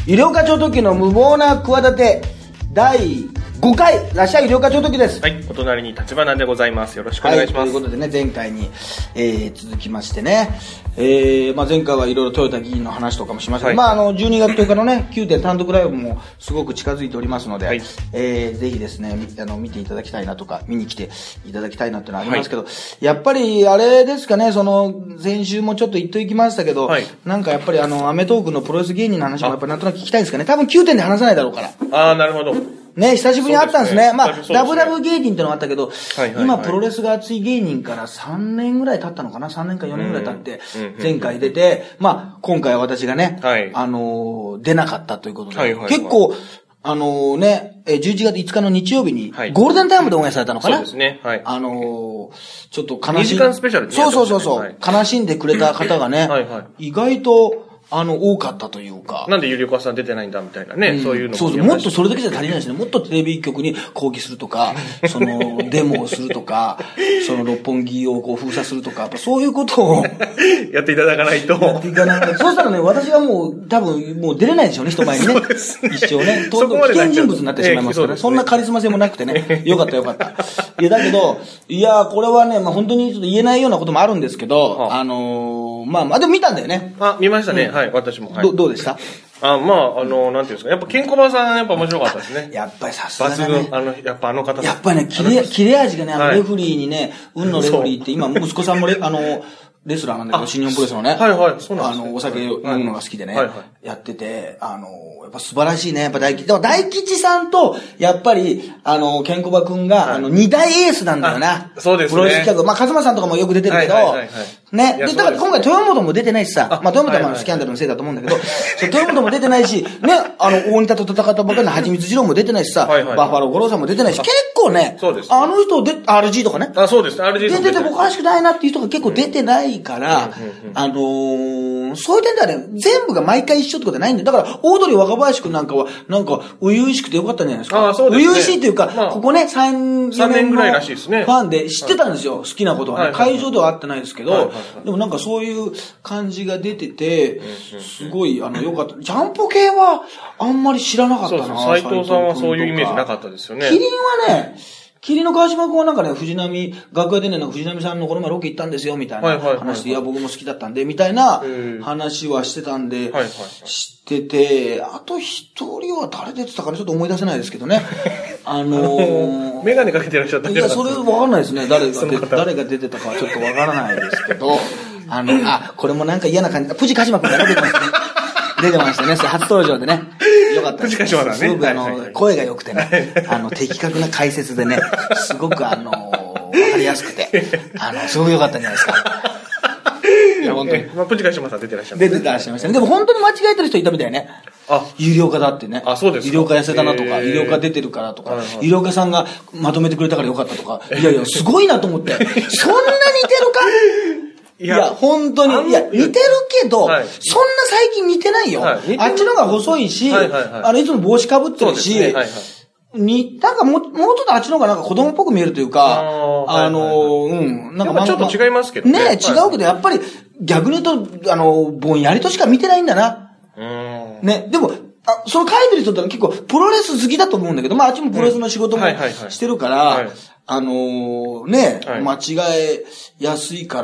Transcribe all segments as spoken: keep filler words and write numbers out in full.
医療課長特急の無謀な企てだいごかい、らっしゃい医療課長特急です。 はい、お隣に立花でございます。よろしくお願いします。 はい、ということでね、前回に、えー、続きましてね、えーまあ、前回はいろいろトヨタ議員の話とかもしましたけど、はい、まあ、あのじゅうにがつとおかのねきゅうてん単独ライブもすごく近づいておりますので、はい、えー、ぜひですねあの見ていただきたいなとか見に来ていただきたいなっていうのはありますけど、はい、やっぱりあれですかね、その先週もちょっと言っといきましたけど、はい、なんかやっぱりあのアメトークのプロレス芸人の話もやっぱりなんとなく聞きたいですかね。多分きゅうてんで話さないだろうから。 ああ、なるほどね、久しぶりに会ったんですね。すねまあ、ね、ダブダブ芸人ってのがあったけど、はいはいはい、今プロレスが熱い芸人からさんねんぐらい経ったのかな ?さんねんかよねんぐらい経って、前回出て、まあ、今回は私がね、はい、あのー、出なかったということで、はいはいはい、結構、あのー、ね、じゅういちがついつかの日曜日に、ゴールデンタイムでオンエアされたのかな、 そうですね。はい。 あのー、ちょっと悲しんで、にじかんスペシャルで、ね、 そうそうそうそう、はい、悲しんでくれた方がね、はいはい、意外と、あの、多かったというか。 なんでゆりおかさん出てないんだみたいなね、うん、そういうのも。 そうそう、もっとそれだけじゃ足りないですね。もっとテレビ局に抗議するとか、その、デモをするとか、その六本木をこう封鎖するとか、そういうことを。 やっていただかないと。 やっていかないと。そうしたらね、私はもう、多分、もう出れないでしょうね、人前にね。そうですね。一生ね。とんど危険人物になってしまいますから、えー そ, ね、そんなカリスマ性もなくてね。よかったよかった。いや、だけど、いや、これはね、まあ本当にちょっと言えないようなこともあるんですけど、はあ、あのー、まあまあ、でも見たんだよね。 あ、見ましたね。うん、はい、私も。はい、 どどうでした？ あ、まあ、あの、なんていうんですか。やっぱ、ケンコバさん、やっぱ面白かったですね。 やっぱりさすがだね。 抜群。あの、やっぱあの方。 やっぱりね、切れ、切れ味がね、あの、レフリーにね、運のレフリーって、今、息子さんもレ、あの、レスラーなんだけど、新日本プロレスのね。 はいはい、そうなんですね。 あの、お酒飲むのが好きでね。はいはい。やってて、あの、やっぱ素晴らしいね。やっぱ大吉。でも大吉さんと、やっぱり、あの、ケンコバくんが、あの、二大エースなんだよな。 そうですね。 プロレス企画。まあ、勝間さんとかもよく出てるけど、ね。で、だから今回豊本も出てないしさ、まあ、豊本はスキャンダルのせいだと思うんだけど、豊本も出てないし、ね、あの、大仁田と戦ったばかりのはちみつ二郎も出てないしさ、バッファロー五郎さんも出てないし、結構ね、あの人で、アールジー とかね。 あ、そうです。アールジー出ててもおかしくないなっていう人が結構出てないから、あのー、そういう点ではね、全部が毎回一緒ってことはないんだよ。だから、オードリー若林くんなんかは、なんか、初々しくてよかったんじゃないですか。 あ、そうですね。 初々しいというか、まあ、ここね、さん、 さんねんぐらいらしいですね。 ファンで知ってたんですよ、はい、好きなことはね。会場では会ってないですけど、はいはいはい、でもなんかそういう感じが出てて、すごい、あの、よかった。ジャンポ系は、あんまり知らなかったな。 そうそう、斉藤さんはそういうイメージなかったですよね。 キリンはね、キリンの川島君はなんかね、藤波、楽屋でね、なんか藤波さんのこの前ロケ行ったんですよ、みたいな話で、いや、僕も好きだったんで、みたいな話はしてたんで、知ってて、あと一人は誰出てたかね、ちょっと思い出せないですけどね。あのー、 メガネかけてらっしゃったんじゃないですか。いや、それわかんないですね。誰が出て、誰が出てたかはちょっとわからないですけど、あの、あ、これもなんか嫌な感じ、プチカジマ君が出てましたね。出てましたね。それ初登場でね。よかったです。 プチカジマだね。 すごくあの、声が良くてね、あの、的確な解説でね、すごくあの、わかりやすくて、あの、すごく良かったんじゃないですか。 いや、本当に。まあ、プチカジマさん出てらっしゃる。 出てらっしゃいましたね。でも本当に間違えてる人いたみたいね。あ、有料化だってね。 あ、そうですか。有料化痩せたなとか、有料化出てるからとか、有料化さんがまとめてくれたからよかったとか、いやいや、すごいなと思って。そんな似てるかいや、本当に。いや、似てるけど、はい、そんな最近似てないよ。はい、あっちの方が細いし、はいはいはい、あの、いつも帽子かぶってるし、ねはいはい、に、なんかもう、もうちょっとあっちの方がなんか子供っぽく見えるというか、あ, あの、はいはいはい、うん、なんか、 まあ、ちょっと違いますけどね。 ね、違うけど、やっぱり逆に言うと、あの、ぼんやりとしか見てないんだな。うんね、でも、あ、その書いてる人って結構プロレス好きだと思うんだけど、まああっちもプロレスの仕事もしてるから、あのー、ね、はい、間違えやすいから、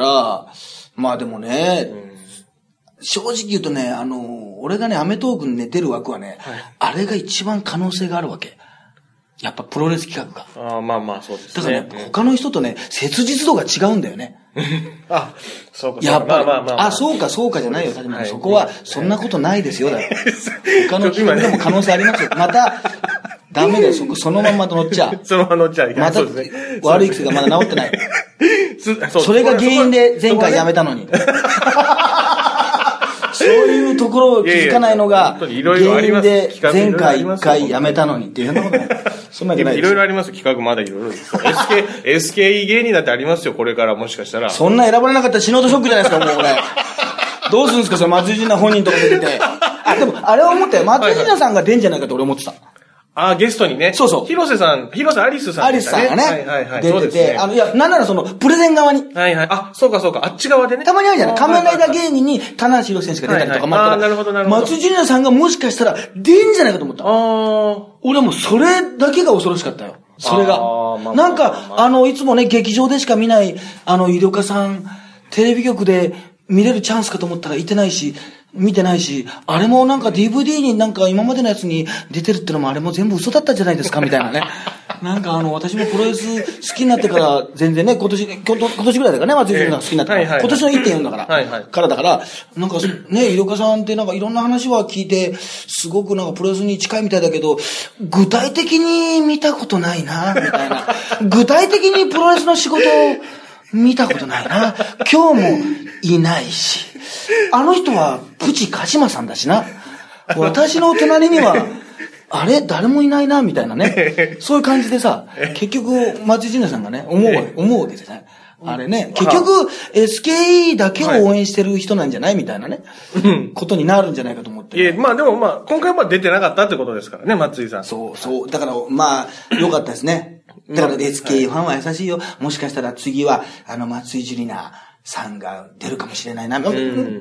まあでもね、うん、正直言うとね、あのー、俺がね、アメトークにね、出る枠はね、はい、あれが一番可能性があるわけ。やっぱプロレス企画が。ああ、まあまあそうですね。 だからね、うん、他の人とね、切実度が違うんだよね。 あ、そうか、 やっぱり、 まあまあまあまあ、 あ、そうか、そうかじゃないよ、立花、はい、そこは、そんなことないですよ、だよ。他の企画でも可能性ありますよ。また、ダメだよ、そこ、そのまま乗っちゃう。 そのまま乗っちゃう。 また、ね、悪い癖がまだ治ってない。そ, それが原因で前回やめたのに。そういうところを気づかないのが、原因で前回一回やめたのにっていうのもね。そんなわけないです。 いろいろあります、企画まだいろいろ。エスケー、エスケーイー 芸人だってありますよ、これからもしかしたら。 そんな選ばれなかったら死ぬほどショックじゃないですか、もう俺。どうするんですか、その松井陣内本人とか出てて。あ、でも、あれは思ったよ。松井陣内さんが出んじゃないかと俺思ってた。 ああ、ゲストにね。 そうそう。 広瀬さん、広瀬アリスさん、 ね。アリスさんがね。はいはいはい。出てて、ね、あの、いや、なんならその、プレゼン側に。 はいはい。あ、そうかそうか。あっち側でね。 たまにあるじゃない。仮面ライダー芸人に、棚橋宏選手が出たりとか、 はいはい、ああ、なるほどなるほど。 松井ジュニアさんがもしかしたら、出んじゃないかと思った。ああ。俺はもうそれだけが恐ろしかったよ。それが。まあ、なんか、あの、いつもね、劇場でしか見ない、あの、医療家さん、テレビ局で見れるチャンスかと思ったらいてないし、見てないし、あれもなんか ディーブイディー になんか今までのやつに出てるってのもあれも全部嘘だったんじゃないですかみたいなね。なんかあの、私もプロレス好きになってから全然ね、今年、今年ぐらいだからね、松井さんが好きになってから、えーはいはいはい、今年の いってんよん だから、はいはい、からだから、なんかね、医療家さんってなんかいろんな話は聞いて、すごくなんかプロレスに近いみたいだけど、具体的に見たことないな、みたいな。具体的にプロレスの仕事を見たことないな。今日もいないし。あの人はプチカジマさんだしな。私の隣には、あれ誰もいないな、みたいなね。そういう感じでさ、結局、松井ジュニアさんがね、思うわけ、思うわけですね。あれね、結局、エスケーイー だけを応援してる人なんじゃないみたいなね、ことになるんじゃないかと思って、ね。 いや、まあでもまあ、今回は出てなかったってことですからね、松井さん。 そう、そう。だから、まあ、良かったですね。だから エスケーイー ファンは優しいよ。もしかしたら次は、あの、松井ジュニアさんが出るかもしれないな。うん、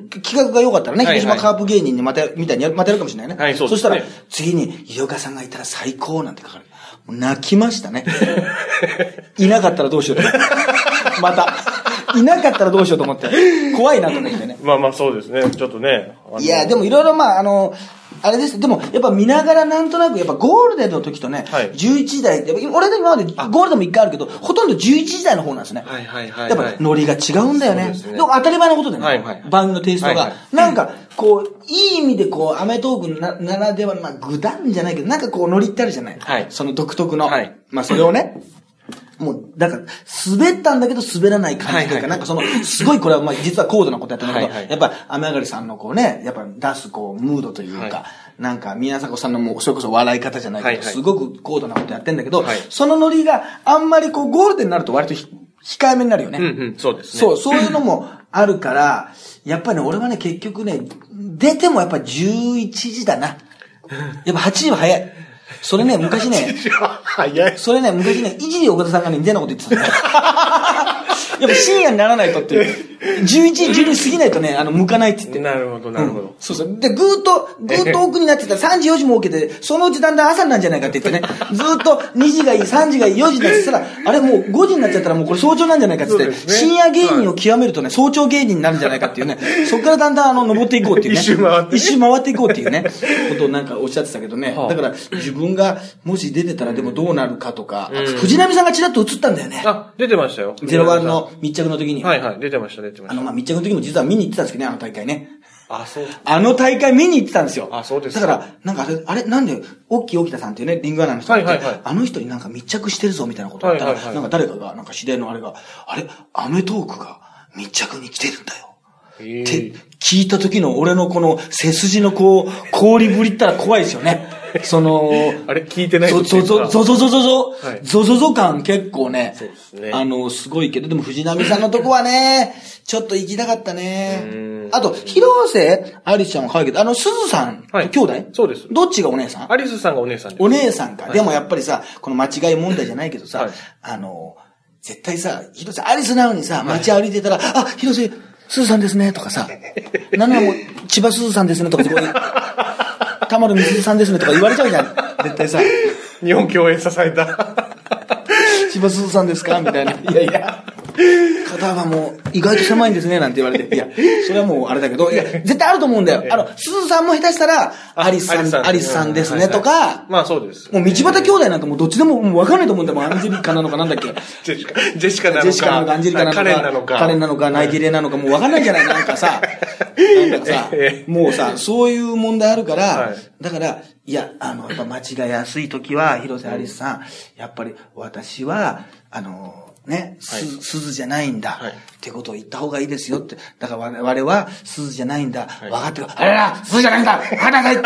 企画が良かったらね、広島カープ芸人にまた、みたいにまたやるかもしれないね。はい、そうですね。そしたら、次に、井岡さんがいたら最高なんて書かれる。もう泣きましたね。いなかったらどうしようと思って。また。いなかったらどうしようと思って。怖いなと思ってね。 まあまあそうですね。ちょっとね。 いや、でもいろいろまあ、あの、あれです。でも、やっぱ見ながらなんとなく、やっぱゴールデンの時とね、はい、じゅういちじ台って、俺で今までゴールデンもいっかいあるけど、ほとんどじゅういちじ台の方なんですね。はいはいはい、はい。やっぱノリが違うんだよね。で, ねでも当たり前のことでね、はいはい、番組のテイストが。はいはい、なんか、こう、いい意味でこう、アメトークな、ならでは、まあ、ぐだんじゃないけど、なんかこう、ノリってあるじゃない。はい。その独特の。はい。まあ、それをね、もう、だから、滑ったんだけど滑らない感じというか、はいはい、なんかその、すごいこれは、まあ、実は高度なことやってるんだけど、はいはい、やっぱ、雨上がりさんのこうね、やっぱ出すこう、ムードというか、はい、なんか、宮迫さんのもう、それこそ笑い方じゃないけど、はいはい、すごく高度なことやってんだけど、はい、そのノリがあんまりこう、ゴールデンになると割と控えめになるよね。 うんうん、そうですね。 そう、そういうのもあるから、やっぱりね、俺はね、結局ね、出てもやっぱじゅういちじだな。やっぱはちじは早い。それね、昔ね、 早い。 それね、昔ね、いじり岡田さんがね、似たようなこと言ってたんだよ。やっぱ深夜にならないとっていう。じゅういちじ、じゅうにじ過ぎないとね、あの、向かないって言って。 なるほど、なるほど、うん。そうそう。で、ぐーっと、ぐーっと奥になってたらさんじよじも受けて、そのうちだんだん朝なんじゃないかって言ってね、ずーっとにじがいい、さんじがいい、よじになってたら、あれもうごじになっちゃったらもうこれ早朝なんじゃないかって言って、ね、深夜芸人を極めるとね、早朝芸人になるんじゃないかっていうね、そっからだんだんあの、登っていこうっていうね。 一周回って、ね。 一周回っていこうっていうね、ことをなんかおっしゃってたけどね。だから、自分がもし出てたらでもどうなるかとか、うん、藤波さんがちらっと映ったんだよね。 あ、出てましたよ。 ゼロワンの密着の時に。 はいはい、出てました、出てました。 あの、まあ、密着の時も実は見に行ってたんですけどね、あの大会ね。 あ、そう。 あの大会見に行ってたんですよ。 あ、そうですだから、なんかあれ、あれ、なんで、オッキー沖田さんっていうね、リングアナの人がいて、はいはいはい、あの人になんか密着してるぞみたいなこと言ったら、はいはいはい、なんか誰かが、なんか知り合いのあれが、あれ、アメトークが密着に来てるんだよ。って聞いた時の俺のこの背筋のこう、氷ぶりったら怖いですよね。その、 あれ聞いてないぞぞぞぞぞぞぞぞ、ぞぞぞ感結構ね、そうですね。あの、すごいけど、でも藤波さんのとこはね、ちょっと行きたかったね。あと、広瀬アリスちゃんは可愛いけど、あの、鈴さん、はい、兄弟そうです。 どっちがお姉さん？ アリスさんがお姉さんです。 お姉さんか。はい、でもやっぱりさ、この間違い問題じゃないけどさ、はい、あの、絶対さ、広瀬アリスなのにさ、街歩いてたら、はい、あ、広瀬、鈴さんですね、とかさ、なんならもう、千葉鈴さんですね、とか、そこに、玉野美鈴さんですね、とか言われちゃうじゃん。絶対さ。 日本共演支えた。 千葉鈴さんですかみたいな。いやいや。肩がもう、意外と狭いんですね、なんて言われて。いや、それはもうあれだけど、いや、絶対あると思うんだよ。あの、鈴さんも下手したら、アリスさん、アリスさんですね、とか。 まあそうです。 もう道端兄弟なんかもうどっちでももう分かんないと思うんだよ。もうアンジェリカなのかなんだっけ。 ジェシカ。ジェシカなのか。 ジェシカなのか、アンジェリカなのか。カレンなのか。カレンなのか、ナイジェリアなのか、もう分かんないじゃない、なんかさ。なんかさ、もうさ、そういう問題あるから、だから、いや、あの、やっぱ間違いやすいときは、広瀬アリスさん、やっぱり私は、あの、ね、す、鈴じゃないんだ、はい、ってことを言った方がいいですよって。だから我々は鈴じゃないんだ。はい、分かってる。あらら、鈴じゃないんだ分かってくださいって。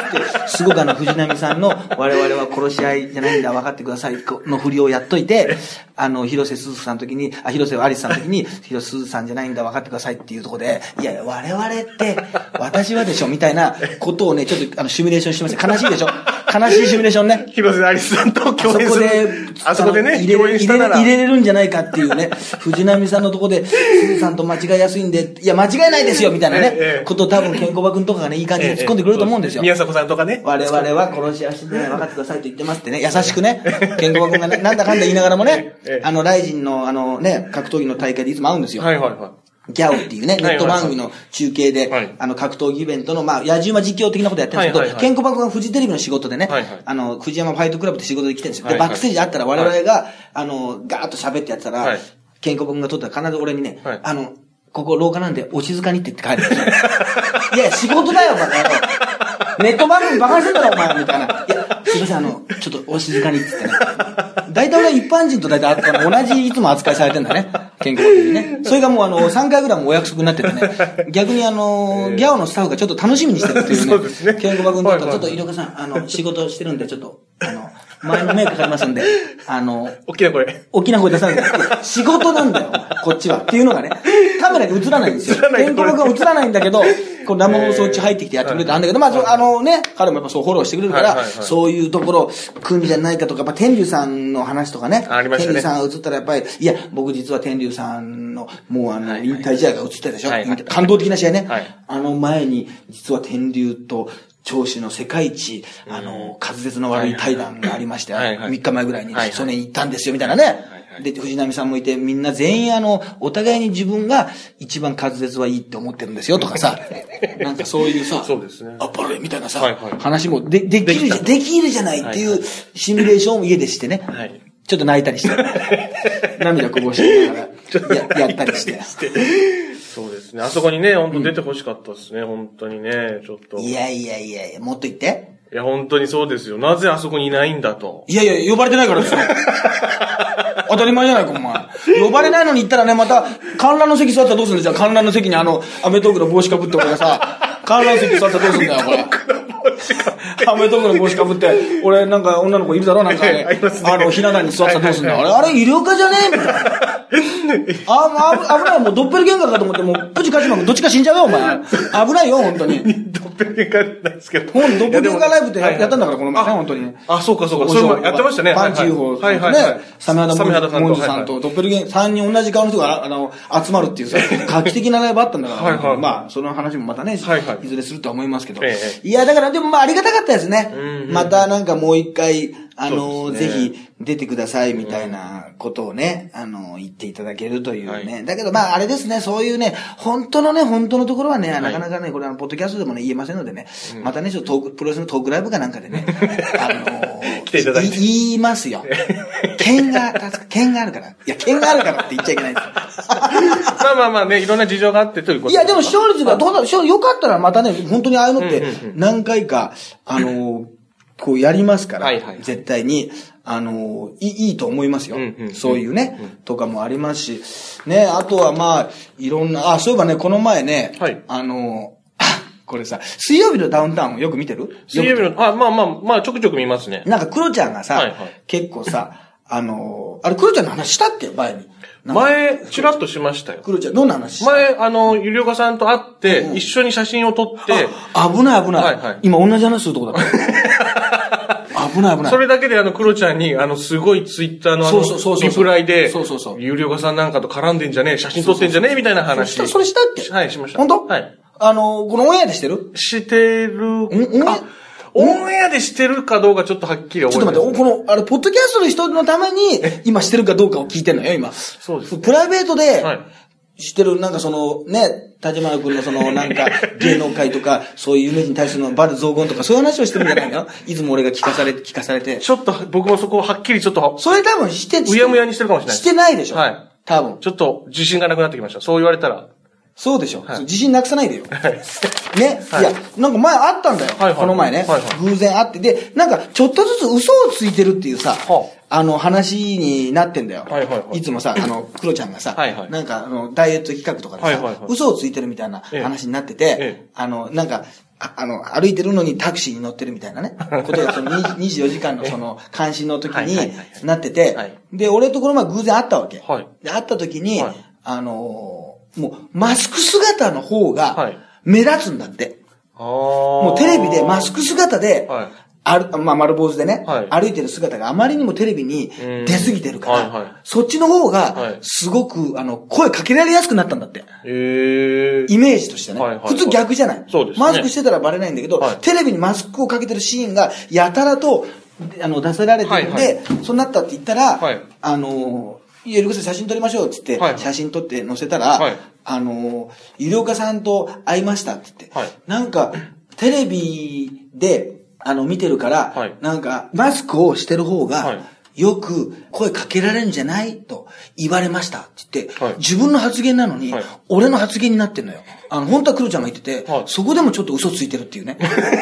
すごくあの、藤波さんの我々は殺し合いじゃないんだ分かってくださいの振りをやっといて、あの、広瀬鈴さんの時に、あ、広瀬アリスさんの時に、広瀬鈴さんじゃないんだ分かってくださいっていうところで、いやいや、我々って、 私はでしょみたいなことをね、ちょっとあの、シミュレーションしてました。悲しいでしょ悲しいシミュレーションね。 広瀬アリスさんと共演する。あそこで、あそこでね、 入れ入れ入れれるんじゃないかっていうね、藤波さんのとこで、すずさんと間違いやすいんで、いや、間違いないですよみたいなね、ええ、ことを多分、ケンコバ君とかがね、いい感じで突っ込んでくれると思うんですよ。 ええ、宮迫さんとかね。 我々は殺し足で分かってくださいと言ってますってね、優しくね、ケンコバ君がね、なんだかんだ言いながらもね、ええ、あの、ライジンのあのね、格闘技の大会でいつも会うんですよ。 はいはいはい。 ギャオっていうね、ネット番組の中継で、はいはいはい、あの、格闘技イベントの、まあ、野じ馬実況的なことやってるんですけど、はいはいはい、ケンコバ君がフジテレビの仕事でね、はいはい、あの、藤山ファイトクラブって仕事で来てるんですよ。はいはい、で、バックステージあったら我々が、はい、あの、ガーッと喋ってやってたら、はい、ケンコバ君が撮ったら必ず俺にね、はい、あの、ここ廊下なんでお静かにって言って帰るんですよ。いや、仕事だよ、バカ野郎。ネット番組バカにしてんだろ、お前みたいな。いや、すいません、あの、ちょっとお静かにって言ってね。大体俺は一般人と大体同じいつも扱いされてんだね。ケンコバ君にね。それがもうあの、さんかいぐらいもお約束になっててね。逆にあの、ギャオのスタッフがちょっと楽しみにしてるっていうね。そうですね。ケンコバ君だと、ちょっと井岡さん、あの、仕事してるんで、ちょっと、あの、前の目かかりますんで、あの、 大きな声。 大きな声出さないで。仕事なんだよ、こっちは。っていうのがね、カメラに映らないんですよ。ケンコバ君は映らないんだけど、こう生放送中入ってきてやってくれてあるんだけど、まあ、あのね、彼もやっぱそうフォローしてくれるから、そういうところ、来んじゃないかとか、やっぱ天竜さんの話とかね、天竜さんが映ったらやっぱり、いや、僕実は天竜さんの、もうあの、引退試合が映ったでしょ。感動的な試合ね。あの前に、実は天竜と、長州の世界一、あの、滑舌の悪い対談がありまして、みっかまえぐらいに、それに行ったんですよ、みたいなね。で、藤波さんもいて、みんな全員あの、お互いに自分が一番滑舌はいいって思ってるんですよ、とかさ、なんかそういうさ、 そうですね。 あっぱれみたいなさ、話もで、できるじゃ、できるじゃないっていうシミュレーションを家でしてね。ちょっと泣いたりして、涙こぼしながらや、やったりして。 そうですね。あそこにね、本当出てほしかったですね、うん、本当にね、ちょっと。 いやいやいやいや、もっと言って。 いや、本当にそうですよ。なぜあそこにいないんだと。 いやいや、呼ばれてないからですよ。当たり前じゃないか、お前。呼ばれないのに行ったらね、また、観覧の席座ったらどうするんだよ。じゃあ観覧の席にあの、アメトークの帽子かぶって俺がさ、観覧席座ったらどうするんだよ、これ。アメトークの帽子かぶって、俺なんか女の子いるだろなんかね、あの、ひな壇に座ったらどうすんだよ。あれ、あれ医療科じゃねえみたいな。あ、あ、危ない、もうドッペルゲンガーかと思って、もう、プチカチマンどっちか死んじゃうよ、お前。危ないよ、本当に。 ドッペルゲンガーなんですけど。 ほんドッペルゲンガーライブってやったんだから、この前ね、本当に。 あ、そうかそうか、それもやってましたね。 パンチ ユーフォー。はいはい。サメハダモンジさんと、ドッペルゲン、さんにん同じ顔の人が、あの、集まるっていうさ、画期的なライブあったんだから、まあ、その話もまたね、いずれするとは思いますけど。いや、だから、でもまあ、ありがたかったですね。またなんかもう一回、あの、ね、ぜひ出てくださいみたいなことをね、うん、あの、言っていただけるというね。はい、だけどまああれですね、そういうね、本当のね、本当のところはね、はい、なかなかね、これはポッドキャストでもね、言えませんのでね、うん、またね、ちょっとトーク、プロレスのトークライブかなんかでね、あの来ていただいて。 言いますよ。剣が、剣があるから。いや、剣があるからって言っちゃいけないですよ。 まあまあまあね、いろんな事情があってということいや、でも視聴率がどうだ、よかったらまたね、本当にああいうのって何回か、あの、こうやりますから、はいはい、絶対に、あのいい、いいと思いますよ。うんうん、そういうね、うん、とかもありますし、ね、あとはまあ、いろんな、あ、そういえばね、この前ね、はい、あのあ、これさ、水曜日のダウンタウンよく見てる？ 水曜日の、あ、まあまあ、まあ、ちょくちょく見ますね。 なんか、クロちゃんがさ、はいはい、結構さ、あのあれ、クロちゃんの話したっけ前に。 前、ちらっとしましたよ。 クロちゃん、どんな話した？ 前、あの、ゆりおかさんと会って、うん、一緒に写真を撮って。 危ない危ない。はいはい、今、同じ話するとこだった。危ない危ない。 それだけであの、クロちゃんに、あの、すごいツイッターのあの、リプライで、そうそうそう。ゆりおかさんなんかと絡んでんじゃねえ、写真撮ってんじゃねえ、みたいな話。 それしたっけ？ はい、しました。 本当？ はい。 あの、このオンエアでしてる？ してる。んあオンエアでしてるかどうかちょっとはっきり覚えてない。 ちょっと待って、この、あれ、ポッドキャストの人のために、今してるかどうかを聞いてんのよ、今。 そうです。 プライベートで、してる、なんかその、ね、立花君のその、なんか、芸能界とか、そういう有名人に対するのバル雑言とか、そういう話をしてるんじゃないの？いつも俺が聞かされ、聞かされて。 ちょっと、僕もそこをはっきりちょっと。 それ多分して、 うやむやにしてるかもしれない。 してないでしょ？ はい。 多分。 ちょっと、自信がなくなってきました。そう言われたら。 そうでしょ、はい、自信なくさないでよ。はい、ね、はい、いや、なんか前あったんだよ。はいはい、この前ね、はいはい。偶然あって。で、なんかちょっとずつ嘘をついてるっていうさ、はあ、あの話になってんだよ。はいはいはい、いつもさ、あの、クロちゃんがさ、はいはい、なんかあの、ダイエット企画とかでさ、はいはいはい、嘘をついてるみたいな話になってて、ええ、あの、なんか、あ, あの、歩いてるのにタクシーに乗ってるみたいなね、ことがそのにじゅうよじかんのその監視の時になってて、で、俺とこの前偶然会ったわけ。はい、で、会った時に、はい、あのー、もう、マスク姿の方が、 目立つんだって。もうテレビでマスク姿で、はい、ある、まあ、丸坊主でね、はい、歩いてる姿があまりにもテレビに出過ぎてるから、はいはい、そっちの方が、すごく、あの、声かけられやすくなったんだって。へー。イメージとしてね。はいはいはい、普通逆じゃない。そうですね。マスクしてたらバレないんだけど、はい、テレビにマスクをかけてるシーンが、やたらと、あの、出せられてるんで、はいはい、そうなったって言ったら、はい、あの、ゆりこさん写真撮りましょうって言って、はいはい、写真撮って載せたら、はい、あの、ゆりおかさんと会いましたって言って、はい、なんか、テレビで、あの、見てるから、はい、なんか、マスクをしてる方が、はい、よく声かけられるんじゃないと言われましたって言って、はい、自分の発言なのに、はい、俺の発言になってんのよ。あの、本当はクロちゃんが言ってて、はい、そこでもちょっと嘘ついてるっていうね。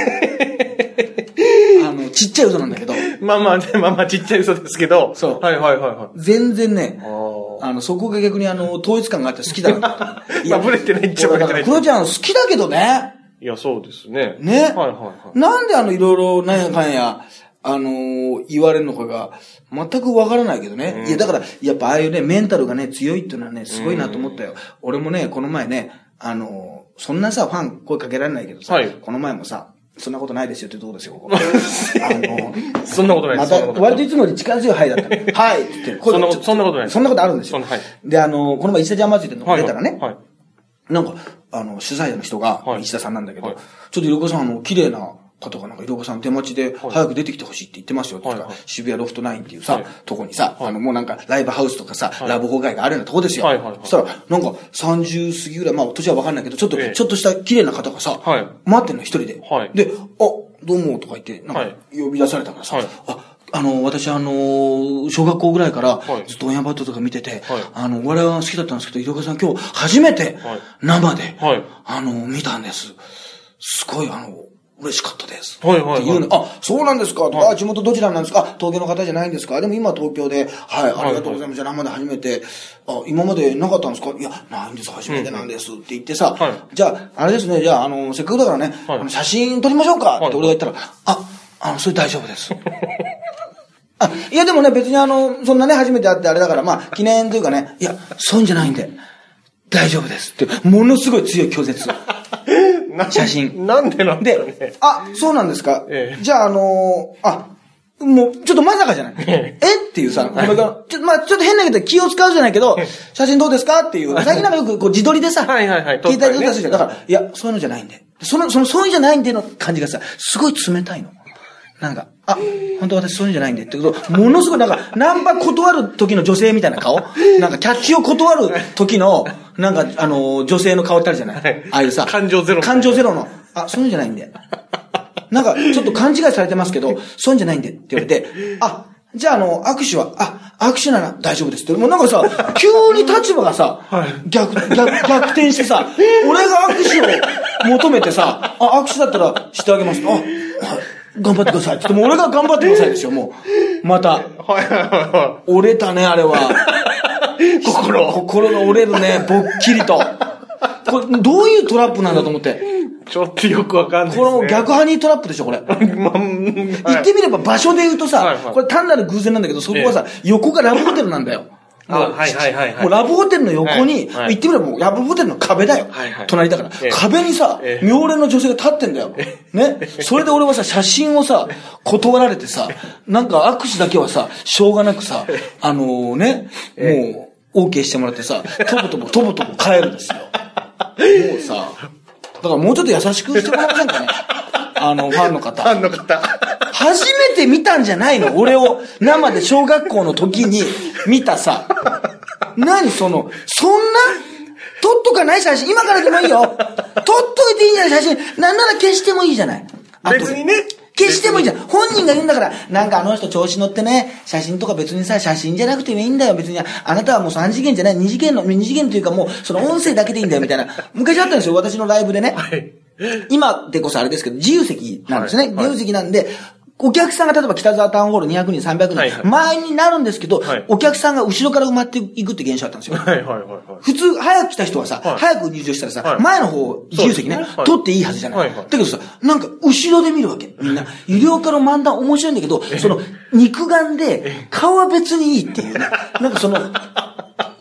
あの、ちっちゃい嘘なんだけど。 まあまあね、まあまあちっちゃい嘘ですけど。そう。はいはいはいはい。 全然ね、あの、そこが逆にあの、統一感があって好きだな。 いや、ブレてないっちゃブレてない。 クロちゃん好きだけどね。 いや、そうですね。 ね。はいはいはい。なんであの、いろいろ、なんやかんや、あのー、言われるのかが、全くわからないけどね。うん、いや、だから、やっぱああいうね、メンタルがね、強いっていうのはね、すごいなと思ったよ。うん、俺もね、この前ね、あのー、そんなさ、ファン声かけられないけどさ、はい、この前もさ、そんなことないですよってとこですよ、ここ。あのー、そんなことないです。 また、割といつもより力強いはいだったの。はいって言って。 そんなこと、そんなことないです。 そんなことあるんですよ。はい、で、あのー、この前、石田ジャン祭りで出たらね、はいはいはい、なんか、あの、取材者の人が、石田さんなんだけど、はい、ちょっといろこさん、あの、綺麗な方がなんか、いろこさん出待ちで、早く出てきてほしいって言ってますよ、って言ったら、はいはい、渋谷ロフトナインっていうさ、はい、とこにさ、はい、あの、もうなんか、ライブハウスとかさ、はい、ラブホ街があるようなとこですよ。はいはいはい、そしたら、なんか、さんじゅう過ぎぐらい、まあ、年はわかんないけど、ちょっと、ええ、ちょっとした綺麗な方がさ、はい、待ってんの、一人で。はい、で、あ、どうも、とか言って、なんか、呼び出されたからさ、はい、あ、あの、私あの、小学校ぐらいから、ずっとオンヤバットとか見てて、はい、あの、我々は好きだったんですけど、いろかさん今日初めて、生で、はい、あの、見たんです。すごい、あの、嬉しかったです。はいはいはい。って言うの、あ、そうなんですか、はい、あ、地元どちらなんですか、あ、東京の方じゃないんですか、でも今東京で、はい、ありがとうございます。じゃあ生で初めて、あ、今までなかったんですか、いや、ないんです、初めてなんです、うん、って言ってさ、はい、じゃあ、あれですね、じゃあ、あの、せっかくだからね、はい、あの写真撮りましょうか、って俺が言ったら、あ、あの、それ大丈夫です。あ、いやでもね、別にあの、そんなね、初めて会ってあれだから、まあ、記念というかね、いや、そういうんじゃないんで、大丈夫ですって、ものすごい強い拒絶。写真。 なんでなんだろうね。 で、あ、そうなんですか。ええ、じゃあ、あのー、あ、もう、ちょっとまさかじゃない。えっていうさ、これが、ちょっと、まあちょっと変だけど気を使うじゃないけど、写真どうですかっていう、最近なんかよくこう自撮りでさ、はいはいはい、聞いたりとかするじゃん。だから、いや、そういうのじゃないんで。その、その、そういうのじゃないんでの感じがさ、すごい冷たいの。なんか、あ、本当私そういうんじゃないんでってこと、ものすごいなんか、ナンパ断る時の女性みたいな顔なんか、キャッチを断る時の、なんか、あの、女性の顔ってあるじゃない、はい、ああいうさ。 感情ゼロ。 感情ゼロの。あ、そういうんじゃないんで。なんか、ちょっと勘違いされてますけど、そういうんじゃないんでって言われて、あ、じゃああの、握手は、あ、握手なら大丈夫ですって。もうなんかさ、急に立場がさ、はい、逆、逆、逆転してさ、俺が握手を求めてさ、あ、握手だったらしてあげます。あ、はい。頑張ってくださいって言っても俺が頑張ってくださいですよ、もう。また。はいはいはい。折れたね、あれは。心。心が折れるね、ぼっきりと。これ、どういうトラップなんだと思って。 ちょっとよくわかんないですね。 これも逆ハニートラップでしょ、これ。まあ、言ってみれば場所で言うとさ、はいはい、これ単なる偶然なんだけど、そこはさ、ええ、横がラブホテルなんだよ。 あ、はいはいはい、はい。 もうラブホテルの横に、はいはい、言ってみればもうラブホテルの壁だよ。はいはい、隣だから。ええ、壁にさ、ええ、妙齢の女性が立ってんだよ。ええ、ね。それで俺はさ、写真をさ、断られてさ、なんか握手だけはさ、しょうがなくさ、あのー、ね、ええ、もう、OK してもらってさ、とぼとぼとぼとぼ帰るんですよ。もうさ、だからもうちょっと優しくしてもらえませんかね。あの、ファンの方。 ファンの方。 初めて見たんじゃないの？俺を生で小学校の時に見たさ。何その、そんな撮っとかない写真、今からでもいいよ。撮っといていいんじゃない写真。なんなら消してもいいじゃない。 別にね。 消してもいいじゃん。本人が言うんだから、なんかあの人調子乗ってね、写真とか別にさ、写真じゃなくてもいいんだよ。別に、あなたはもうさん次元じゃない、に次元の、に次元というかもう、その音声だけでいいんだよ、みたいな。昔あったんですよ、私のライブでね。はい、今でこそあれですけど、自由席なんですね。はいはい、自由席なんで、お客さんが例えば北沢タウンホールにひゃくにん、さんびゃくにん、はいはい、前になるんですけど、はい、お客さんが後ろから埋まっていくって現象あったんですよ。はいはいはいはい、普通、早く来た人はさ、はい、早く入場したらさ、はい、前の方、自由席ね、ね、はい、取っていいはずじゃない、はいはい。だけどさ、なんか後ろで見るわけ。みんな。有料化の漫談面白いんだけど、その、肉眼で、顔は別にいいっていうね。なんかその、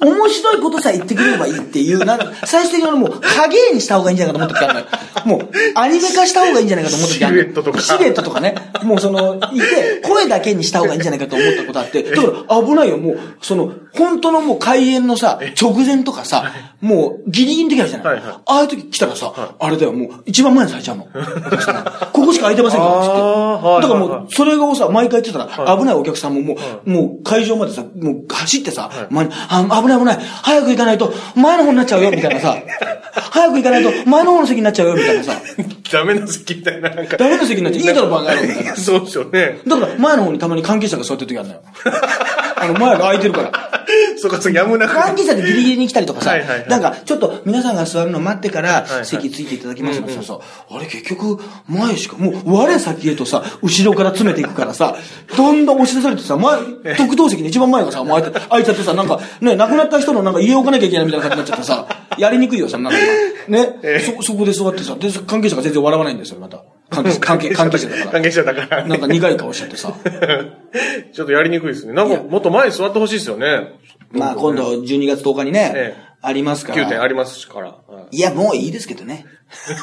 面白いことさえ言ってくれればいいっていう、なんか、最終的にもう影にした方がいいんじゃないかと思った時あるのよ。もう、アニメ化した方がいいんじゃないかと思った時あるのよ。 シルエットとか。 シルエットとかね。もうその、いて、声だけにした方がいいんじゃないかと思ったことあって、だから危ないよ、もう、その、本当のもう開演のさ、直前とかさ、もうギリギリの時あるじゃない。はいはい、ああいう時来たらさ、はい、あれだよ、もう一番前にされちゃうの。ここしか空いてませんから、つって。だからもう、それをさ、毎回言ってたら、危ないお客さんももう、はい、もう会場までさ、もう走ってさ、はい、前に、あ、危ない危ない、早く行かないと前の方になっちゃうよ、みたいなさ、早く行かないと前の方の席になっちゃうよ、みたいなさ。 ダメな席みたいな、なんか。 ダメな席になっちゃう。いいだろ、バカ野郎、みたいな。 そうでしょうね。 だから前の方にたまに関係者が座ってる時あるのよ。あの、前が空いてるから。 そうか、そう、やむなく。 関係者でギリギリに来たりとかさ、はいはいはい、なんか、ちょっと皆さんが座るの待ってから席ついていただきますのさ、はいはい、あれ結局、前しか、もう、我先へとさ、後ろから詰めていくからさ、どんどん押し出されてさ、前、特等席の一番前がさ、もう開いちゃってさ、なんか、ね、亡くなった人のなんか家置かなきゃいけないみたいな感じになっちゃってさ、やりにくいよ、さ、なんか、ね、そ、そこで座ってさ、で、関係者が全然笑わないんですよ、また。関係者、関係、関係者だから。 関係者だから。 なんか苦い顔しちゃってさ。 ちょっとやりにくいですね。なんか、もっと前に座ってほしいですよね。 まあ今度じゅうにがつとおかにね、ええ、ありますから。 きゅうてんありますから。はい、 いや、もういいですけどね。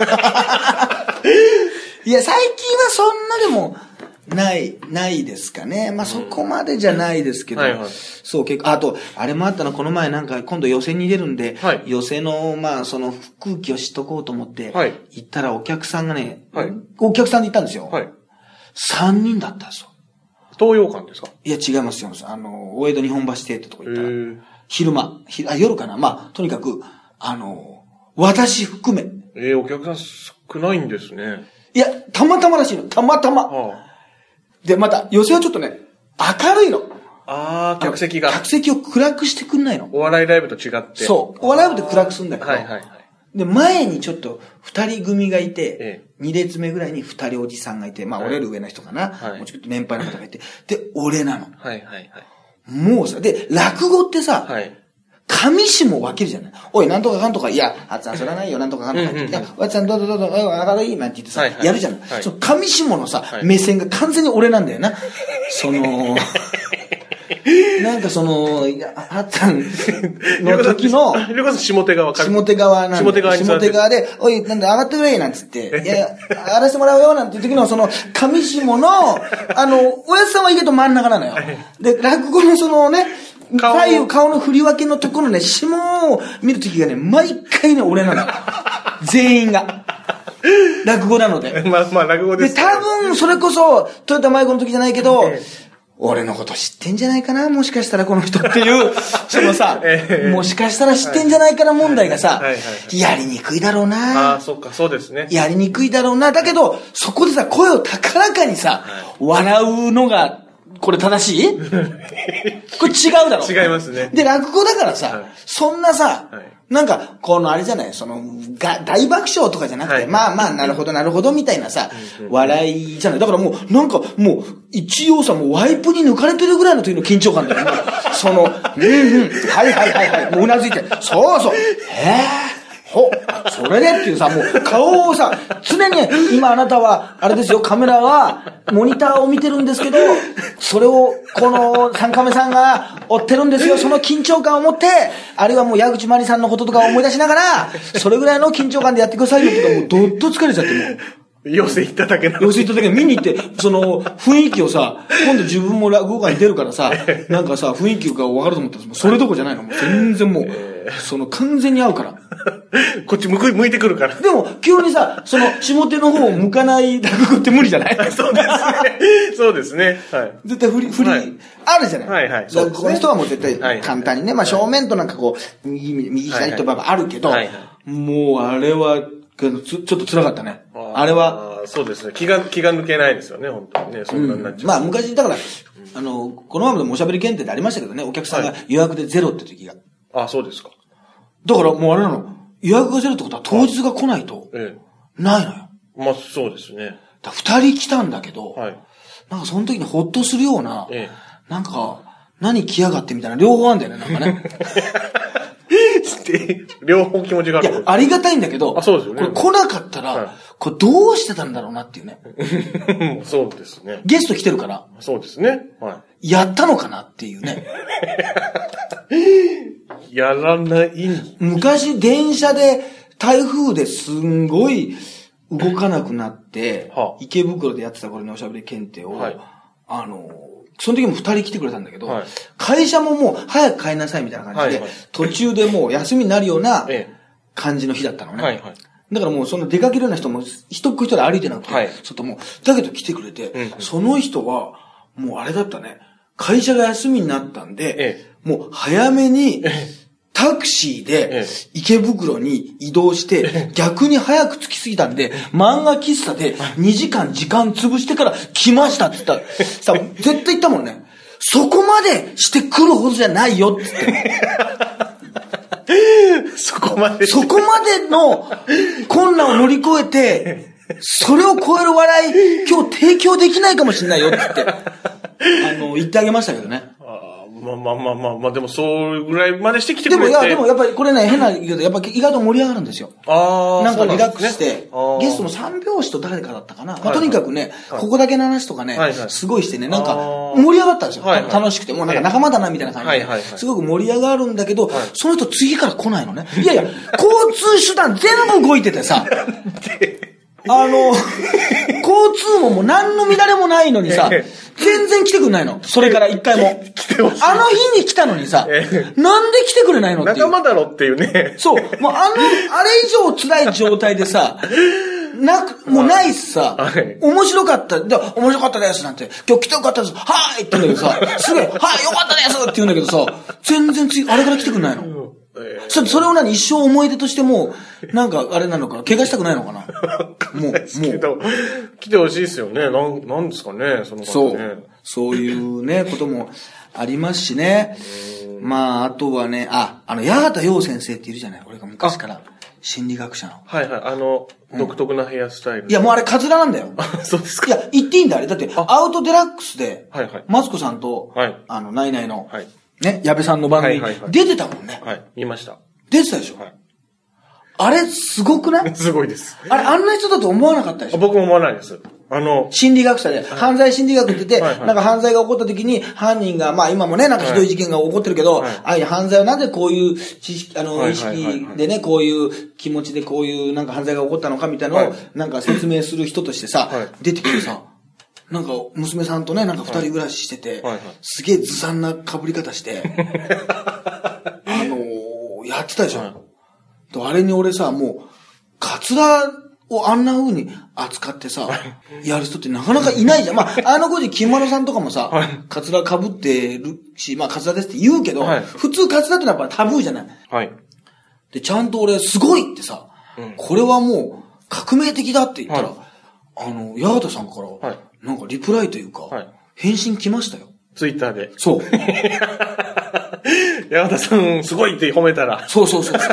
いや、最近はそんなでも、ない、ないですかね。まあそこまでじゃないですけど。はいはい、そう、結構、あと、あれもあったの、この前なんか今度予選に出るんで、はい、予選の、まあその空気を知っとこうと思って、はい、行ったらお客さんがね、はい、お客さんで行ったんですよ。はい、さんにんだったんですよ。 東洋館ですか？ いや、違いますよ。あの、大江戸日本橋邸ってとこ行ったら、昼間、ひあ、夜かな。まあ、とにかく、あの、私含め。 ええー、お客さん少ないんですね。 いや、たまたまらしいの。たまたま。はあ、で、また、寄席はちょっとね、明るいの。 ああ、客席が。 客席を暗くしてくんないの。 お笑いライブと違って。 そう。お笑いライブで暗くするんだけど。 はいはいはい。 で、前にちょっと二人組がいて、ええ、二列目ぐらいに二人おじさんがいて、まあ、俺より上の人かな。はい、もうちょっと年配の方がいて。で、俺なの。はいはいはい。もうさ、で、落語ってさ、はい、上下も分けるじゃない。おい、なんとかかんとか、いや、あつさんそれはないよ、なんとかかんとか。いや、わつさんどうぞどうぞ、明るい、なんて言ってさ、はいはい、やるじゃない。はい、その上下のさ、はい、目線が完全に俺なんだよな。その、なんかその、あっちゃんの時の、 ひろかさん下手側から。 下手側なんで。 下手側に下手側で、おい、なんで上がってくれ、なんつって、いや、上がらせてもらうよ、なんていう時の、その、上下の、あの、おやつさんはいいけど真ん中なのよ。で、落語のそのね、左右顔の振り分けのところね、下を見る時がね、毎回ね、俺なの。全員が。落語なので。 まあまあ、落語です、 ね。で、多分、それこそ、トヨタ迷子の時じゃないけど、俺のこと知ってんじゃないかな、もしかしたらこの人っていう、そのさ、えー、もしかしたら知ってんじゃないかな問題がさ、はいはいはい、やりにくいだろうな。 ああ、そっか、そうですね。 やりにくいだろうな。だけど、そこでさ、声を高らかにさ、はい、笑うのが、これ正しいこれ違うだろ。 違いますね。 で、落語だからさ、はい、そんなさ、はい、なんか、このあれじゃない、その、が、大爆笑とかじゃなくて、はい、まあまあ、なるほどなるほどみたいなさ、笑いじゃない。だからもう、なんかもう、一応さ、もうワイプに抜かれてるぐらいの時の緊張感だよ。その、うんうん、はいはいはいはい、もううなずいて、そうそう、へぇほ、それでっていうさ、もう顔をさ、常に今あなたは、あれですよ、カメラはモニターを見てるんですけど、それをこの三カメさんが追ってるんですよ、その緊張感を持って、あるいはもう矢口真理さんのこととかを思い出しながら、それぐらいの緊張感でやってくださいよとか、もうどっと疲れちゃってもう。 寄せ行っただけなの。 寄せ行っただけ見に行って、その雰囲気をさ、今度自分も落語会に出るからさ、なんかさ、雰囲気が分かると思ったら、それどころじゃないの。もう全然もう、えー、その完全に合うから。 こっち向く、向いてくるから。 でも、急にさ、その下手の方を向かない落語って無理じゃないそうですね。そうですね。はい。 絶対振り、振り、はい、あるじゃない。 はいはい。 そうですね。この人はもう絶対簡単にね、まあ正面となんかこう、右、右左とかあるけど、はいはい、もうあれは、ちょっと辛かったね。あ, あれは。 そうですね。気が、気が抜けないですよね、本当にね。そんなになっちゃう。 うん、まあ昔、だから、あの、このままでもおしゃべり検定でありましたけどね、お客さんが予約でゼロって時が。 はい、あ、そうですか。 だからもうあれなの、予約がゼロってことは当日が来ないと、ないのよ。 まあそうですね。 だ二人来たんだけど、はい、なんかその時にほっとするような、ええ、なんか、何来やがってみたいな両方あんだよね、なんかね。 両方気持ちがある。 いや、ありがたいんだけど、 あ、そうですよね。 これ来なかったら、はい、 これどうしてたんだろうなっていうね。 そうですね。 ゲスト来てるから。 そうですね。はい。 やったのかなっていうね。 やらない。 昔電車で台風ですんごい動かなくなって、はあ、池袋でやってたこれのおしゃべり検定を、はい、あの、その時も二人来てくれたんだけど、はい、会社ももう早く帰りなさいみたいな感じで、はいはい、途中でもう休みになるような感じの日だったのね。はいはい、だからもうその出かけるような人も一人一人歩いてなくて、はい、ちょっともう、だけど来てくれて、うんうん、その人はもうあれだったね、会社が休みになったんで、ええ、もう早めに、ええタクシーで池袋に移動して逆に早く着きすぎたんで漫画喫茶でにじかん時間潰してから来ましたって言ったらさ、絶対言ったもんね。そこまでしてくるほどじゃないよって言って。 そこまで。 そこまでの困難を乗り越えて、それを超える笑い今日提供できないかもしれないよって言って、あの、言ってあげましたけどね。 まあまあまあまあまあ、でもそうぐらいまでしてきてくれて。 でもいや、でもやっぱりこれね、変な言うけど、やっぱり意外と盛り上がるんですよ。ああ。なんかリラックスして、ゲストの三拍子と誰かだったかな。まあとにかくね、ここだけの話とかね、すごいしてね、なんか盛り上がったんですよ。楽しくて、もうなんか仲間だなみたいな感じで。すごく盛り上がるんだけど、その人次から来ないのね。いやいや、交通手段全部動いててさ。あの、交通ももう何の乱れもないのにさ、全然来てくれないの。それから一回も。来てほしい。あの日に来たのにさ、なんで来てくれないのっていう。 仲間だろっていうね。 そう。もうあの、あれ以上辛い状態でさ、なく、もうないしさ、面白かった。で、面白かったですなんて、今日来てよかったです。はーいって言うんだけどさ、すげえ、はい、よかったですって言うんだけどさ、全然次、あれから来てくれないの。それ、それを何一生思い出としても、なんかあれなのかな、怪我したくないのかな。もう、もう。 来てほしいですよね。なん、なんですかね、その方ね。 そう。そういうね、こともありますしね。まあ、あとはね、あ、あの、八幡陽先生っているじゃない、俺が昔から。心理学者の。 はいはい、あの、うん、独特なヘアスタイル。 いや、もうあれ、カツラなんだよ。 そうですか。 いや、言っていいんだ、あれ。だって、アウトデラックスで、はいはい。マツコさんと、はい。あの、ナイナイの、はい。ね、矢部さんの番組、はいはいはい、出てたもんね。 はい、見ました。 出てたでしょ。はい。あれ、すごくないすごいです。 あれ、あんな人だと思わなかったでしょ。 僕も思わないです。あの、 心理学者で、はい、犯罪心理学って言って、はいはい、なんか犯罪が起こった時に、犯人が、まあ今もね、なんかひどい事件が起こってるけど、はい、ああいう犯罪はなぜこういう知識、あの、はいはいはいはい、意識でね、こういう気持ちでこういうなんか犯罪が起こったのかみたいなのを、はい、なんか説明する人としてさ、はい、出てきてさ、なんか、娘さんとね、なんか二人暮らししてて、はいはいはい、すげえずさんな被り方して、あのー、やってたでしょ。はい、あれに俺さ、もう、カツラをあんな風に扱ってさ、やる人ってなかなかいないじゃん。まあ、あの当時、金丸さんとかもさ、はい、カツラ被ってるし、まあ、カツラですって言うけど、はい、普通カツラってのはやっぱタブーじゃない。はい。で、ちゃんと俺、すごいってさ、うん、これはもう、革命的だって言ったら、はい、あの、八幡さんから、はい、なんかリプライというか、はい、返信来ましたよ。 ツイッターで。 そう。 八幡さん、すごいって褒めたら。 そうそうそうそう。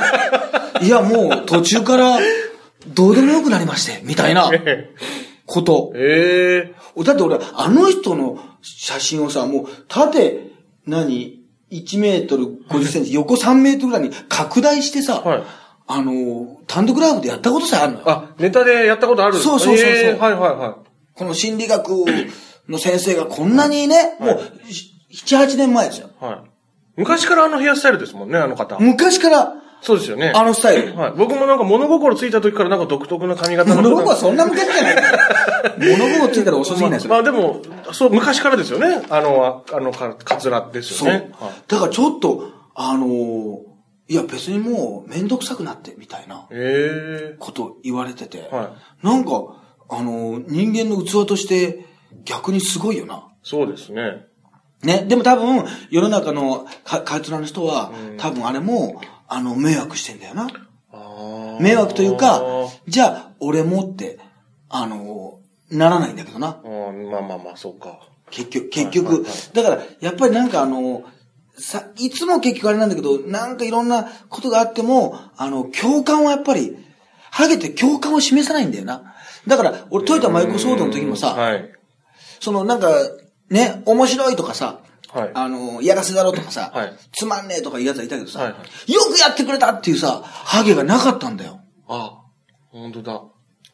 いや、もう途中から、どうでもよくなりまして、みたいな、こと。ええー。だって俺、あの人の写真をさ、もう、縦、何 ?いちメートルごじゅっセンチ、横さんメートルぐらいに拡大してさ、はい、あの、単独ライブでやったことさえあるのよ。 あ、ネタでやったことあるんですか？ そうそうそうそう、 えー。はいはいはい。 この心理学の先生がこんなにね、はい、もう、なな、はちねんまえですよ。はい。 昔からあのヘアスタイルですもんね、あの方。 昔から。 そうですよね。 あのスタイル。 はい。僕もなんか物心ついた時からなんか独特な髪型の。 物心はそんな昔じゃない物心ついたら遅すぎないですよ。 まあ、まあ、でも、そう、昔からですよね。あの、あの、カツラですよね。 そう。はい、だからちょっと、あのー、いや別にもうめんどくさくなって、みたいな。こと言われてて。はい。なんか、あのー、人間の器として逆にすごいよな。 そうですね。 ね。でも多分、世の中のカツラの人は、多分あれも、あの、迷惑してんだよな。あ迷惑というか、じゃあ、俺もって、あの、ならないんだけどな。あまあまあまあ、そうか。 結局、結局、はいはいはい。だから、やっぱりなんかあの、さ、いつも結局あれなんだけど、なんかいろんなことがあっても、あの、共感はやっぱり、ハゲて共感を示さないんだよな。だから、俺、トヨタマイク騒動の時もさ、はい、そのなんか、ね、面白いとかさ、はい、あの、やらせだろとかさ、はい、つまんねえとかいうやつはいたけどさ、はいはい、よくやってくれたっていうさ、ハゲがなかったんだよ。 ああ、ほんとだ。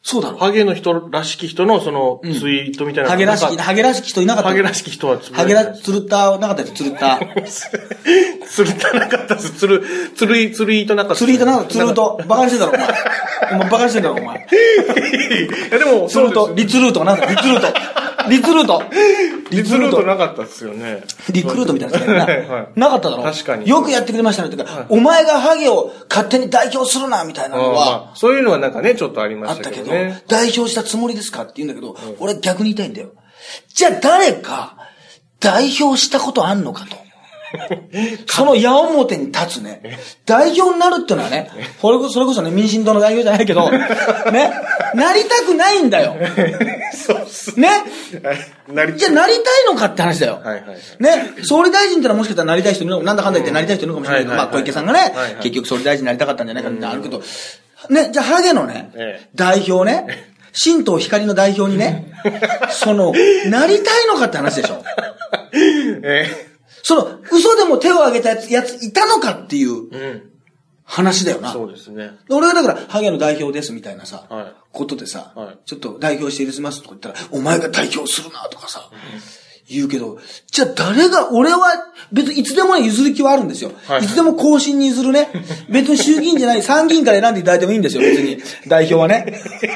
そうだろ。 ハゲの人らしき人のそのツイートみたいな、 うん。ハゲらしき、ハゲらしき人いなかった。 ハゲらしき人はつぶハゲら、つるったなかったです、つるった。 つるったなかったです、つる、つるい、つるいとなかった。 つるいとなかった、つると。バカにしてんだろ、お前。お前バカにしてんだろ、お前。 いやでも、 つると、リツルート、なんだ、リツルート。リツルート。 リツルートなかったっすよね。 リクルートみたいなやつだよな。はい、なかっただろ。 確かに。 よくやってくれましたね。てか、はい、お前がハゲを勝手に代表するな、みたいなのは、 まあ。そういうのはなんかね、ちょっとありましたけどね。あったけど、 代表したつもりですかって言うんだけど、うん、俺逆に言いたいんだよ。じゃあ誰か、代表したことあんのかと。その矢面に立つね、代表になるってのはね、それこそ、それこそね、民進党の代表じゃないけど、ね、なりたくないんだよ。 そうっすね。なりじゃあなりたいのかって話だよ。はいはいはい、ね、総理大臣ってのはもしかしたらなりたい人いるのか、なんだかんだ言ってなりたい人いるのかもしれないけど、まあ小池さんがね、はいはい、結局総理大臣になりたかったんじゃないかってあるけど、ね、じゃあハゲのね、ええ、代表ね、新党光の代表にね、その、なりたいのかって話でしょ。ええその、嘘でも手を挙げたやつ、やついたのかっていう話だよな。 うん、そうですね。 俺がだから、ハゲの代表ですみたいなさ、はい、ことでさ、はい、ちょっと代表して許しますとか言ったら、お前が代表するなとかさ、うん、言うけど、じゃあ誰が、俺は別にいつでもね、譲る気はあるんですよ。はいはい、いつでも更新に譲るね。別に衆議院じゃない、参議院から選んでいただいてもいいんですよ、別に。代表はね。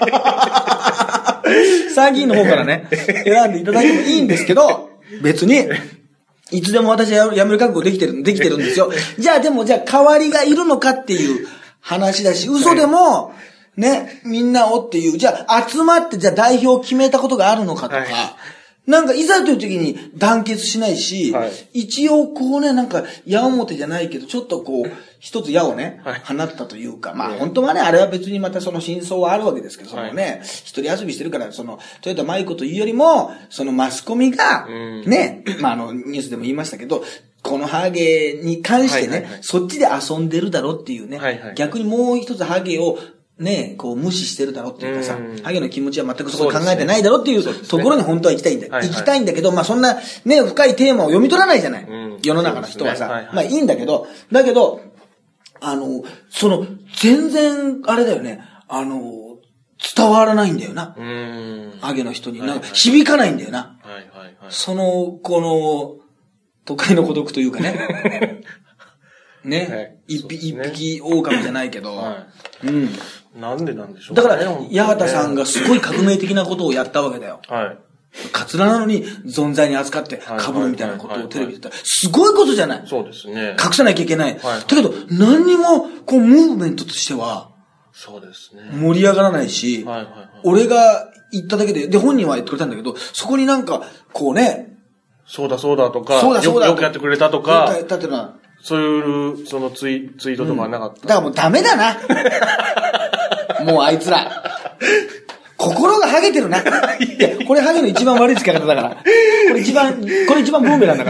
参議院の方からね、選んでいただいてもいいんですけど、別に、いつでも私は辞める覚悟できてる、できてるんですよ。じゃあでも、じゃあ代わりがいるのかっていう話だし、嘘でも、ね、みんなをっていう、じゃあ集まってじゃあ代表を決めたことがあるのかとか、はい、なんかいざという時に団結しないし、はい、一応こうね、なんか矢面じゃないけど、ちょっとこう、一つ矢をね、はい、放ったというか、まあ本当はね、あれは別にまたその真相はあるわけですけど、そのね、一人遊びしてるから、その、トヨタマイコというよりも、そのマスコミが、ね、まああの、ニュースでも言いましたけど、このハゲに関してね、はいはいはい、そっちで遊んでるだろうっていうね、はいはい、逆にもう一つハゲを、ね、こう無視してるだろうっていうかさ、ハゲの気持ちは全くそこ考えてないだろうっていうところに本当は行きたいんだよ。行きたいんだけど、まあそんなね、深いテーマを読み取らないじゃない。世の中の人はさ。まあいいんだけど、だけど、あの、その、全然、あれだよね、あの、伝わらないんだよな。ハゲの人に。なんか響かないんだよな。その、この、都会の孤独というかね。ね。一匹、一匹狼じゃないけど。うん。 なんでなんでしょうね。 だから、八幡さんがすごい革命的なことをやったわけだよ。はい。カツラなのに存在に扱って被るみたいなことをテレビで言ったら、すごいことじゃない。 そうですね。 隠さなきゃいけない。はい。だけど、何にも、こう、ムーブメントとしては、 そうですね。 盛り上がらないし、はいはいはい。俺が言っただけで、で、本人は言ってくれたんだけど、そこになんか、こうね、 そうだそうだとか、そうだそうだよくやってくれたとか、よくやったっていうのは、そういう、そのツイ、ツイートとかはなかった、うん、 だからもうダメだな。もうあいつら。心がハゲてるな。いや、これハゲの一番悪い使い方だから。これ一番、これ一番ブーメランだから。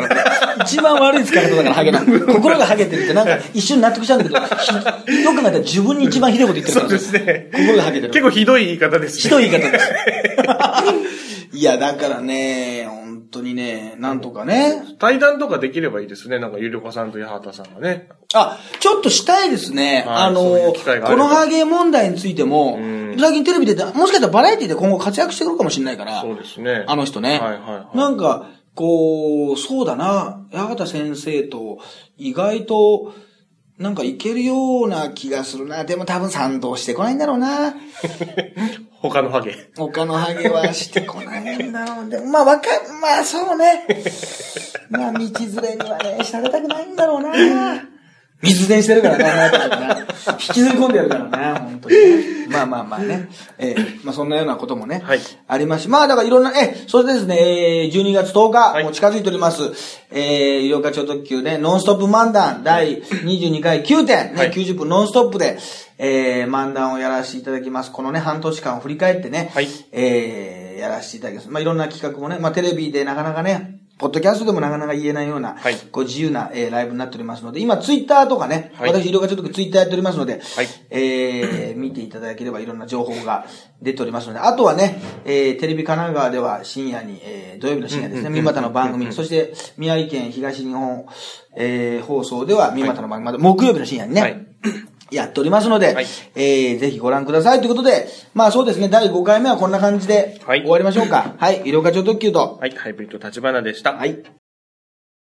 一番悪い使い方だから、ハゲの。心がハゲてるってなんか一瞬納得しちゃうんだけど、よく考えたら自分に一番ひどいこと言ってるから。 そうですね。 心がハゲてる。 結構ひどい言い方ですね。 ひどい言い方です。いや、だからね、本当にね、なんとかね。 対談とかできればいいですね。なんか、ゆりこさんと八幡さんがね。 あ、ちょっとしたいですね。あの、ううこのハゲ問題についても、最近テレビで、もしかしたらバラエティで今後活躍してくるかもしれないから。 そうですね。 あの人ね。はいはいはい。なんか、こう、そうだな、八幡先生と、意外と、なんかいけるような気がするな。でも多分賛同してこないんだろうな。 他のハゲ。 他のハゲはしてこないんだろう。でもまあわか、まあそうね。まあ道連れにはね、されたくないんだろうな。水伝してるからな、な引きずり込んでやるからな、本当にね。まあまあまあね。えー、まあそんなようなこともね、はい、ありますし、まあだからいろんな、え、それでですね、じゅうにがつとおか、はい、もう近づいております。えー、医療課長特急ね、ノンストップ漫談だいにじゅうにかいきゅうてん、ね、はい、きゅうじゅっぷんノンストップで、えー、漫談をやらせていただきます。このね、半年間を振り返ってね、はい、えー、やらせていただきます。まあいろんな企画もね、まあテレビでなかなかね、ポッドキャストでもなかなか言えないような、はい、こう自由な、えー、ライブになっておりますので、今ツイッターとかね、はい、私、医療課長特急ツイッターやっておりますので、はい、えー、見ていただければいろんな情報が出ておりますので、あとはね、えー、テレビ神奈川では深夜に、えー、土曜日の深夜ですね、三股の番組、そして宮城県東日本、えー、放送では三股の番組、また木曜日の深夜にね、はい、 やっておりますので、はい、えー、ぜひご覧くださいということで、まあそうですね、だいごかいめはこんな感じで終わりましょうか。はい、はい、医療課長特急と、 はい、ハイブリッド立花でした。 はい。